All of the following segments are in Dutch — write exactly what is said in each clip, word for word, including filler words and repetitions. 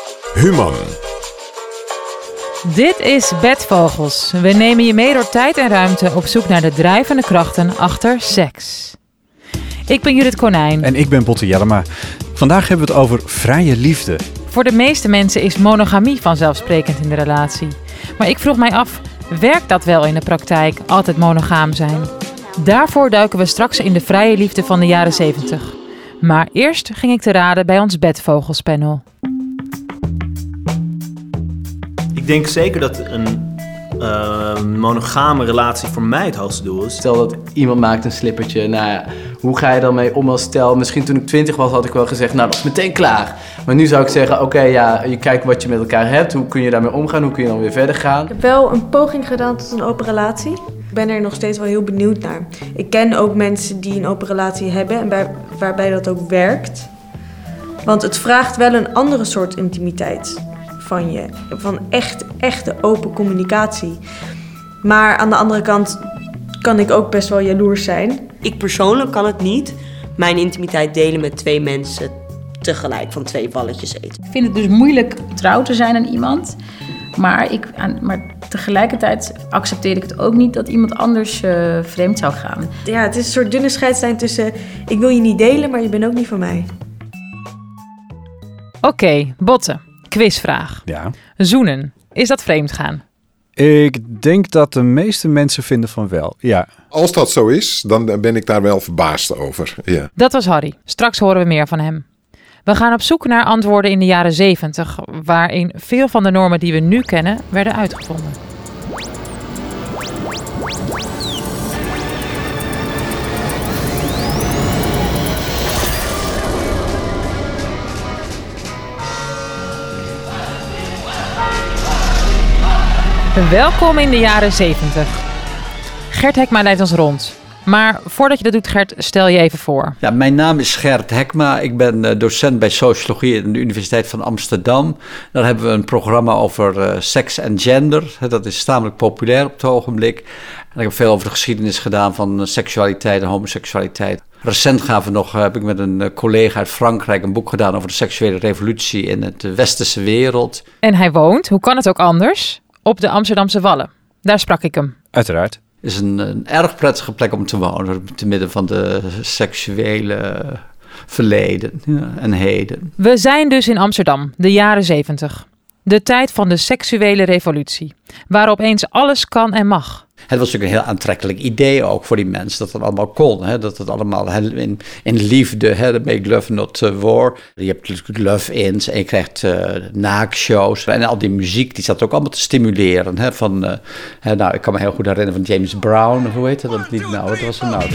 Human. Dit is Bedvogels. We nemen je mee door tijd en ruimte op zoek naar de drijvende krachten achter seks. Ik ben Judith Konijn. En ik ben Botte Jellema. Vandaag hebben we het over vrije liefde. Voor de meeste mensen is monogamie vanzelfsprekend in de relatie. Maar ik vroeg mij af, werkt dat wel in de praktijk, altijd monogaam zijn? Daarvoor duiken we straks in de vrije liefde van de jaren zeventig. Maar eerst ging ik te raden bij ons Bedvogelspanel. Ik denk zeker dat een uh, monogame relatie voor mij het hoogste doel is. Stel dat iemand maakt een slippertje, nou ja, hoe ga je dan mee om als stel? Misschien toen ik twintig was had ik wel gezegd, nou dat is meteen klaar. Maar nu zou ik zeggen, oké, okay, ja, je kijkt wat je met elkaar hebt, hoe kun je daarmee omgaan, hoe kun je dan weer verder gaan? Ik heb wel een poging gedaan tot een open relatie. Ik ben er nog steeds wel heel benieuwd naar. Ik ken ook mensen die een open relatie hebben en bij, waarbij dat ook werkt. Want het vraagt wel een andere soort intimiteit van je. Van echt, echte open communicatie. Maar aan de andere kant kan ik ook best wel jaloers zijn. Ik persoonlijk kan het niet mijn intimiteit delen met twee mensen tegelijk van twee balletjes eten. Ik vind het dus moeilijk trouw te zijn aan iemand. Maar, ik, maar tegelijkertijd accepteer ik het ook niet dat iemand anders uh, vreemd zou gaan. Ja, het is een soort dunne scheidslijn tussen ik wil je niet delen, maar je bent ook niet van mij. Oké, okay, Botte. Quizvraag. Ja. Zoenen. Is dat vreemd gaan? Ik denk dat de meeste mensen vinden van wel, ja. Als dat zo is, dan ben ik daar wel verbaasd over. Ja. Dat was Harry. Straks horen we meer van hem. We gaan op zoek naar antwoorden in de jaren zeventig, waarin veel van de normen die we nu kennen werden uitgevonden. Welkom in de jaren zeventig. Gert Hekma leidt ons rond. Maar voordat je dat doet, Gert, stel je even voor. Ja, mijn naam is Gert Hekma. Ik ben docent bij sociologie aan de Universiteit van Amsterdam. Daar hebben we een programma over uh, seks en gender. Dat is tamelijk populair op het ogenblik. En ik heb veel over de geschiedenis gedaan van seksualiteit en homoseksualiteit. Recent gaven we nog, heb ik met een collega uit Frankrijk een boek gedaan over de seksuele revolutie in de westerse wereld. En hij woont, hoe kan het ook anders, op de Amsterdamse Wallen. Daar sprak ik hem. Uiteraard. Het is een, een erg prettige plek om te wonen, te midden van de seksuele verleden ja, en heden. We zijn dus in Amsterdam, de jaren zeventig. De tijd van de seksuele revolutie, waar opeens alles kan en mag. Het was natuurlijk een heel aantrekkelijk idee ook voor die mensen, dat het allemaal kon. Hè? Dat het allemaal in, in liefde, hè? Make love not war. Je hebt natuurlijk love-ins en je krijgt uh, naakshows. En al die muziek, die zat ook allemaal te stimuleren. Hè? Van, uh, hè, nou, ik kan me heel goed herinneren van James Brown, hoe heet dat? Dat lied nou, wat was er nou?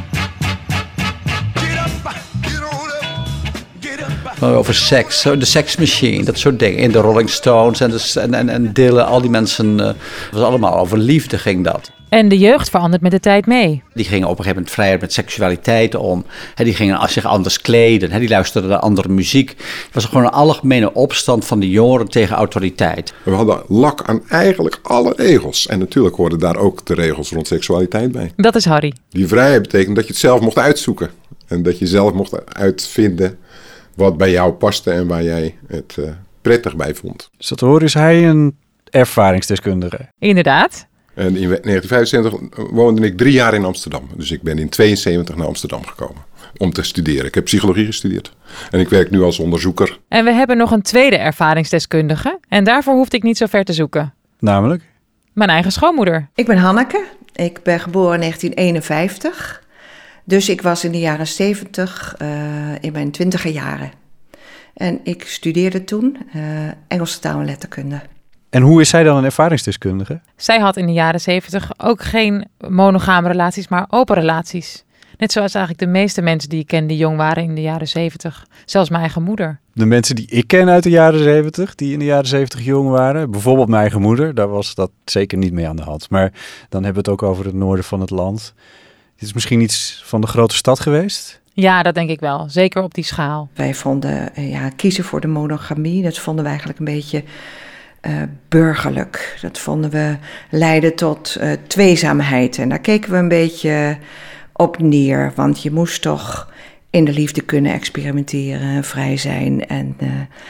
Over seks, de Sex Machine, dat soort dingen. In de Rolling Stones en, de, en, en, en Dylan, al die mensen, uh, het was allemaal over liefde ging dat. En de jeugd verandert met de tijd mee. Die gingen op een gegeven moment vrijer met seksualiteit om. He, die gingen zich anders kleden, he, die luisterden naar andere muziek. Het was gewoon een algemene opstand van de jongeren tegen autoriteit. We hadden lak aan eigenlijk alle regels. En natuurlijk hoorden daar ook de regels rond seksualiteit bij. Dat is Harry. Die vrijheid betekent dat je het zelf mocht uitzoeken. En dat je zelf mocht uitvinden wat bij jou paste en waar jij het uh, prettig bij vond. Dus dat hoor is hij een ervaringsdeskundige. Inderdaad. En in negentien vijfenzeventig woonde ik drie jaar in Amsterdam. Dus ik ben in tweeënzeventig naar Amsterdam gekomen om te studeren. Ik heb psychologie gestudeerd. En ik werk nu als onderzoeker. En we hebben nog een tweede ervaringsdeskundige. En daarvoor hoefde ik niet zo ver te zoeken. Namelijk? Mijn eigen schoonmoeder. Ik ben Hanneke. Ik ben geboren in negentien eenenvijftig. Dus ik was in de jaren zeventig uh, in mijn twintiger jaren. En ik studeerde toen uh, Engelse taal en letterkunde. En hoe is zij dan een ervaringsdeskundige? Zij had in de jaren zeventig ook geen monogame relaties, maar open relaties. Net zoals eigenlijk de meeste mensen die ik ken die jong waren in de jaren zeventig. Zelfs mijn eigen moeder. De mensen die ik ken uit de jaren zeventig, die in de jaren zeventig jong waren. Bijvoorbeeld mijn eigen moeder, daar was dat zeker niet mee aan de hand. Maar dan hebben we het ook over het noorden van het land. Dit is misschien iets van de grote stad geweest? Ja, dat denk ik wel. Zeker op die schaal. Wij vonden, ja, kiezen voor de monogamie, dat vonden we eigenlijk een beetje uh, burgerlijk. Dat vonden we leiden tot uh, tweezaamheid. En daar keken we een beetje op neer. Want je moest toch in de liefde kunnen experimenteren, vrij zijn. En uh,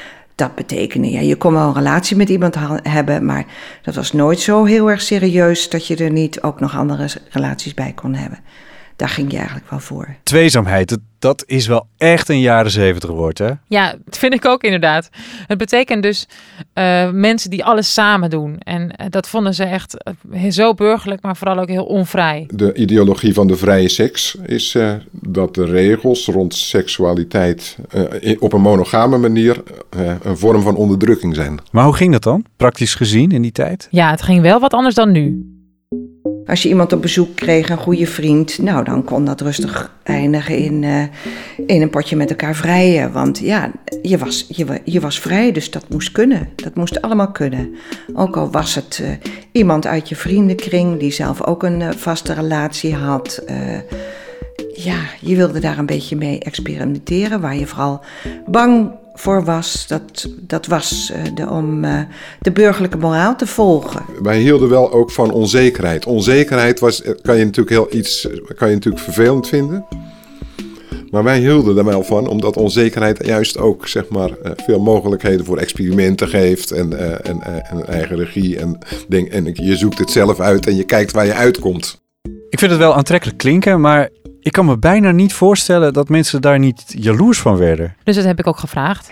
dat betekende, ja, je kon wel een relatie met iemand ha- hebben, maar dat was nooit zo heel erg serieus dat je er niet ook nog andere relaties bij kon hebben. Daar ging je eigenlijk wel voor. Tweezaamheid, dat, dat is wel echt een jaren zeventig woord, hè? Ja, dat vind ik ook inderdaad. Het betekent dus uh, mensen die alles samen doen. En uh, dat vonden ze echt uh, zo burgerlijk, maar vooral ook heel onvrij. De ideologie van de vrije seks is uh, dat de regels rond seksualiteit uh, op een monogame manier uh, een vorm van onderdrukking zijn. Maar hoe ging dat dan, praktisch gezien in die tijd? Ja, het ging wel wat anders dan nu. Als je iemand op bezoek kreeg, een goede vriend, nou dan kon dat rustig eindigen in, uh, in een potje met elkaar vrijen. Want ja, je was, je, je was vrij, dus dat moest kunnen. Dat moest allemaal kunnen. Ook al was het uh, iemand uit je vriendenkring die zelf ook een uh, vaste relatie had. Uh, ja, je wilde daar een beetje mee experimenteren, waar je vooral bang voor was, dat, dat was uh, de, om uh, de burgerlijke moraal te volgen. Wij hielden wel ook van onzekerheid. Onzekerheid was, kan je natuurlijk heel iets, kan je natuurlijk vervelend vinden. Maar wij hielden er wel van, omdat onzekerheid juist ook zeg maar, veel mogelijkheden voor experimenten geeft en, uh, en, uh, en eigen regie. En, denk, en je zoekt het zelf uit en je kijkt waar je uitkomt. Ik vind het wel aantrekkelijk klinken, maar ik kan me bijna niet voorstellen dat mensen daar niet jaloers van werden. Dus dat heb ik ook gevraagd.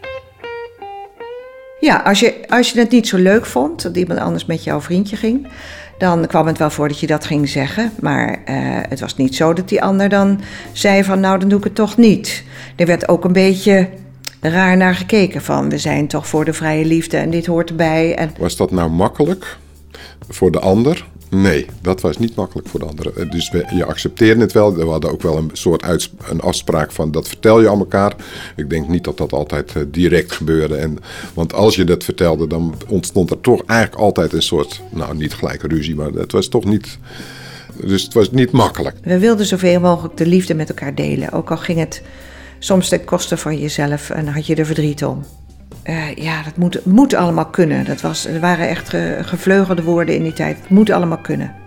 Ja, als je, als je het niet zo leuk vond, dat iemand anders met jouw vriendje ging, dan kwam het wel voor dat je dat ging zeggen. Maar uh, het was niet zo dat die ander dan zei van, nou, dan doe ik het toch niet. Er werd ook een beetje raar naar gekeken van, we zijn toch voor de vrije liefde en dit hoort erbij. En was dat nou makkelijk voor de ander? Nee, dat was niet makkelijk voor de anderen. Dus we, je accepteerde het wel. We hadden ook wel een soort uits- een afspraak van dat vertel je aan elkaar. Ik denk niet dat dat altijd uh, direct gebeurde. En, want als je dat vertelde, dan ontstond er toch eigenlijk altijd een soort, nou niet gelijk ruzie, maar het was toch niet, dus het was niet makkelijk. We wilden zoveel mogelijk de liefde met elkaar delen. Ook al ging het soms ten koste van jezelf en had je er verdriet om. Uh, ja, dat moet, moet allemaal kunnen. Dat was, er waren echt ge, gevleugelde woorden in die tijd. Het moet allemaal kunnen.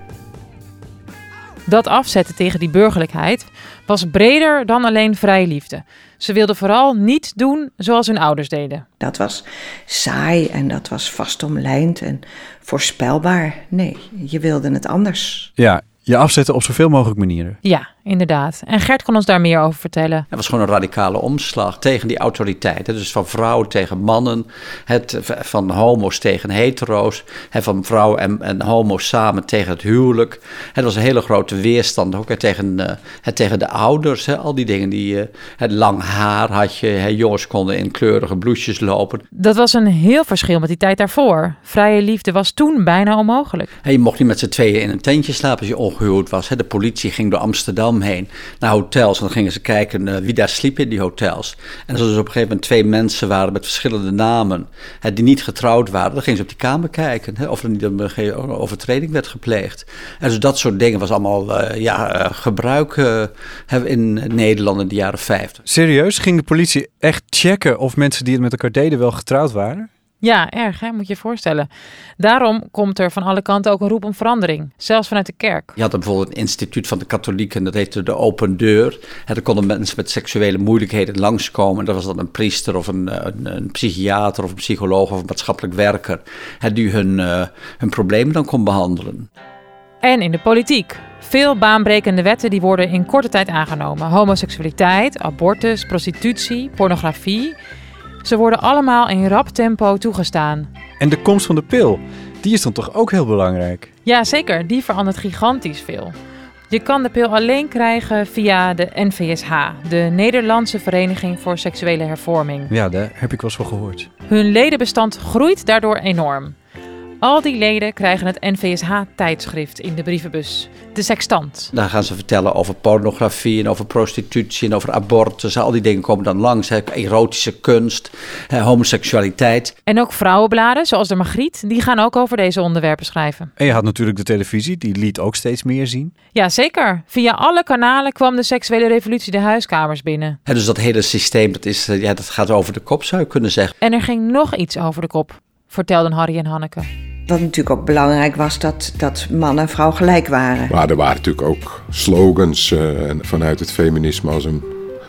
Dat afzetten tegen die burgerlijkheid was breder dan alleen vrije liefde. Ze wilden vooral niet doen zoals hun ouders deden. Dat was saai en dat was vastomlijnd en voorspelbaar. Nee, je wilde het anders. Ja, je afzetten op zoveel mogelijk manieren. Ja, inderdaad. En Gert kon ons daar meer over vertellen. Het was gewoon een radicale omslag tegen die autoriteit. Dus van vrouwen tegen mannen, het, van homo's tegen hetero's, van vrouwen en, en homo's samen tegen het huwelijk. Het was een hele grote weerstand ook tegen, uh, het, tegen de ouders. Hè, al die dingen, die, uh, het lang haar had je, hè, jongens konden in kleurige blouses lopen. Dat was een heel verschil met die tijd daarvoor. Vrije liefde was toen bijna onmogelijk. Hè, je mocht niet met z'n tweeën in een tentje slapen als je ongehuwd was. Hè. De politie ging door Amsterdam heen naar hotels en dan gingen ze kijken uh, wie daar sliep in die hotels. En als er dus op een gegeven moment twee mensen waren met verschillende namen, hè, die niet getrouwd waren, dan gingen ze op die kamer kijken, hè, of er niet een overtreding werd gepleegd. En dus dat soort dingen was allemaal uh, ja, uh, gebruik uh, in Nederland in de jaren vijftig. Serieus? Ging de politie echt checken of mensen die het met elkaar deden wel getrouwd waren? Ja, erg, hè? Moet je je voorstellen. Daarom komt er van alle kanten ook een roep om verandering. Zelfs vanuit de kerk. Je had bijvoorbeeld een instituut van de katholieken, dat heette de Open Deur. En daar konden mensen met seksuele moeilijkheden langskomen. Dat was dan een priester of een, een, een psychiater of een psycholoog of een maatschappelijk werker, hè, die hun, uh, hun problemen dan kon behandelen. En in de politiek. Veel baanbrekende wetten die worden in korte tijd aangenomen. Homoseksualiteit, abortus, prostitutie, pornografie. Ze worden allemaal in rap tempo toegestaan. En de komst van de pil, die is dan toch ook heel belangrijk? Ja, zeker. Die verandert gigantisch veel. Je kan de pil alleen krijgen via de N V S H, de Nederlandse Vereniging voor Seksuele Hervorming. Ja, daar heb ik wel eens van gehoord. Hun ledenbestand groeit daardoor enorm. Al die leden krijgen het N V S H-tijdschrift in de brievenbus, de Sextant. Daar gaan ze vertellen over pornografie en over prostitutie en over abortus. Al die dingen komen dan langs. Hè. Erotische kunst, hè, homoseksualiteit. En ook vrouwenbladen, zoals de Margriet, die gaan ook over deze onderwerpen schrijven. En je had natuurlijk de televisie, die liet ook steeds meer zien. Ja, zeker. Via alle kanalen kwam de seksuele revolutie de huiskamers binnen. Hè, dus dat hele systeem, dat, is, ja, dat gaat over de kop, zou je kunnen zeggen. En er ging nog iets over de kop, vertelden Harry en Hanneke. Wat natuurlijk ook belangrijk was, dat, dat man en vrouw gelijk waren. Maar er waren natuurlijk ook slogans uh, vanuit het feminisme als een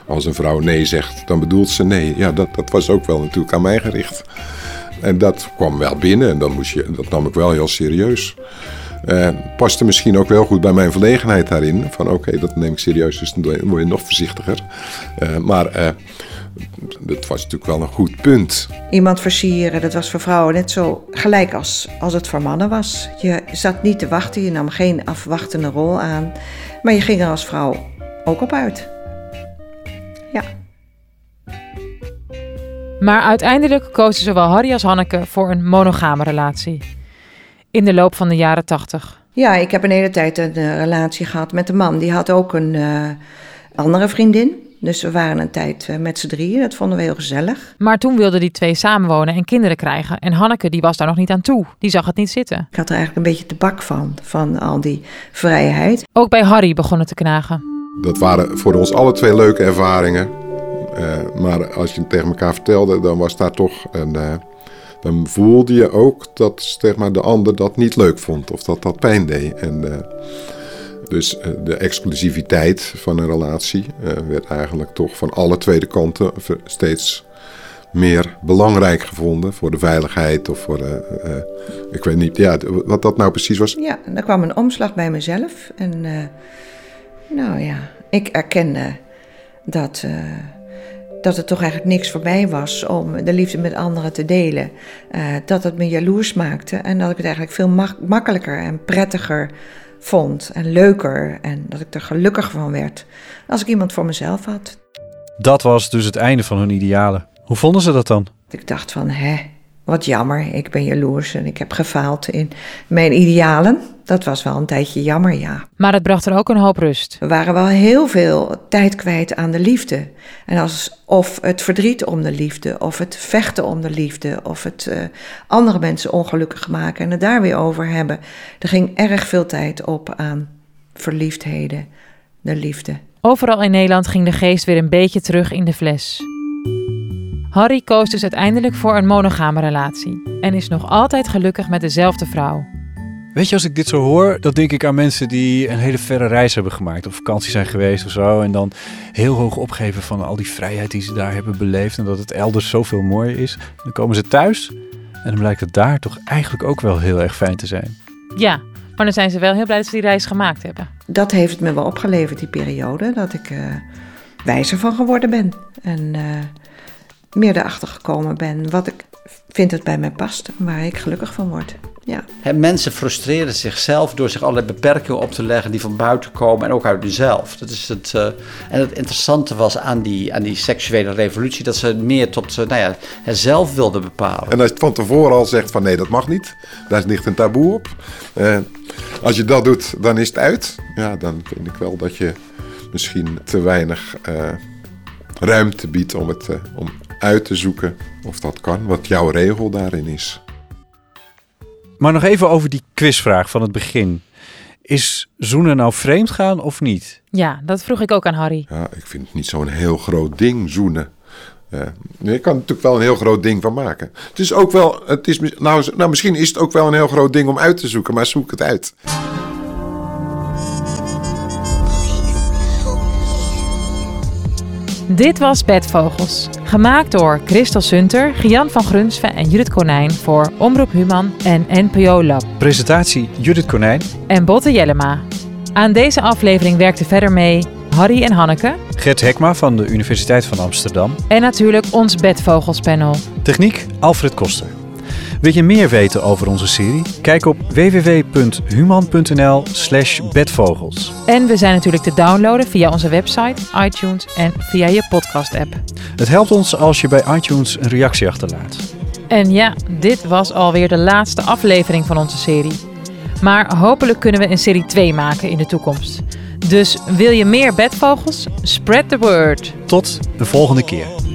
als een vrouw nee zegt, dan bedoelt ze nee. Ja, dat, dat was ook wel natuurlijk aan mij gericht. En dat kwam wel binnen en dan moest je, dat nam ik wel heel serieus. Uh, paste misschien ook wel goed bij mijn verlegenheid daarin. Van oké, okay, dat neem ik serieus, dus dan word je nog voorzichtiger. Uh, maar uh, dat was natuurlijk wel een goed punt. Iemand versieren, dat was voor vrouwen net zo gelijk als, als het voor mannen was. Je zat niet te wachten, je nam geen afwachtende rol aan. Maar je ging er als vrouw ook op uit. Ja. Maar uiteindelijk kozen zowel Harry als Hanneke voor een monogame relatie. In de loop van de jaren tachtig. Ja, ik heb een hele tijd een uh, relatie gehad met een man. Die had ook een uh, andere vriendin. Dus we waren een tijd uh, met z'n drieën. Dat vonden we heel gezellig. Maar toen wilden die twee samenwonen en kinderen krijgen. En Hanneke die was daar nog niet aan toe. Die zag het niet zitten. Ik had er eigenlijk een beetje te bak van. Van al die vrijheid. Ook bij Harry begon het te knagen. Dat waren voor ons alle twee leuke ervaringen. Uh, maar als je het tegen elkaar vertelde, dan was daar toch een... Uh, dan voelde je ook dat zeg maar, de ander dat niet leuk vond. Of dat dat pijn deed. En, uh, dus uh, de exclusiviteit van een relatie uh, werd eigenlijk toch van alle twee de kanten steeds meer belangrijk gevonden. Voor de veiligheid of voor de... Uh, ik weet niet ja, wat dat nou precies was. Ja, er kwam een omslag bij mezelf. En uh, nou ja, ik erkende dat... Uh, dat het toch eigenlijk niks voor mij was om de liefde met anderen te delen. Uh, dat het me jaloers maakte en dat ik het eigenlijk veel mak- makkelijker en prettiger vond en leuker. En dat ik er gelukkig van werd als ik iemand voor mezelf had. Dat was dus het einde van hun idealen. Hoe vonden ze dat dan? Ik dacht van, hè, wat jammer, ik ben jaloers en ik heb gefaald in mijn idealen. Dat was wel een tijdje jammer, ja. Maar het bracht er ook een hoop rust. We waren wel heel veel tijd kwijt aan de liefde. En alsof het verdriet om de liefde, of het vechten om de liefde, of het uh, andere mensen ongelukkig maken en het daar weer over hebben. Er ging erg veel tijd op aan verliefdheden, de liefde. Overal in Nederland ging de geest weer een beetje terug in de fles. Harry koos dus uiteindelijk voor een monogame relatie en is nog altijd gelukkig met dezelfde vrouw. Weet je, als ik dit zo hoor, dan denk ik aan mensen die een hele verre reis hebben gemaakt. Op vakantie zijn geweest of zo. En dan heel hoog opgeven van al die vrijheid die ze daar hebben beleefd. En dat het elders zoveel mooier is. Dan komen ze thuis en dan blijkt het daar toch eigenlijk ook wel heel erg fijn te zijn. Ja, maar dan zijn ze wel heel blij dat ze die reis gemaakt hebben. Dat heeft het me wel opgeleverd, die periode. Dat ik uh, wijzer van geworden ben. En uh, meer erachter gekomen ben wat ik vind dat bij mij past. En waar ik gelukkig van word. Ja. He, mensen frustreren zichzelf door zich allerlei beperkingen op te leggen die van buiten komen en ook uit hunzelf. Dat is het, uh, en het interessante was aan die, aan die seksuele revolutie dat ze meer tot uh, nou ja, het zelf wilden bepalen. En als je van tevoren al zegt van nee, dat mag niet, daar ligt een taboe op. Uh, als je dat doet, dan is het uit. Ja, dan vind ik wel dat je misschien te weinig uh, ruimte biedt om het uh, om uit te zoeken of dat kan, wat jouw regel daarin is. Maar nog even over die quizvraag van het begin. Is zoenen nou vreemd gaan of niet? Ja, dat vroeg ik ook aan Harry. Ja, ik vind het niet zo'n heel groot ding, zoenen. Uh, je kan er natuurlijk wel een heel groot ding van maken. Het is ook wel, het is, nou, nou, misschien is het ook wel een heel groot ding om uit te zoeken, maar zoek het uit. Dit was Bedvogels, gemaakt door Christel Sunter, Gian van Grunsven en Judith Konijn voor Omroep Human en N P O Lab. Presentatie Judith Konijn en Botte Jellema. Aan deze aflevering werkten verder mee Harry en Hanneke, Gert Hekma van de Universiteit van Amsterdam en natuurlijk ons Bedvogelspanel. Techniek Alfred Koster. Wil je meer weten over onze serie? Kijk op w w w punt human punt n l slash bedvogels. En we zijn natuurlijk te downloaden via onze website, iTunes en via je podcast-app. Het helpt ons als je bij iTunes een reactie achterlaat. En ja, dit was alweer de laatste aflevering van onze serie. Maar hopelijk kunnen we een serie twee maken in de toekomst. Dus wil je meer bedvogels? Spread the word. Tot de volgende keer.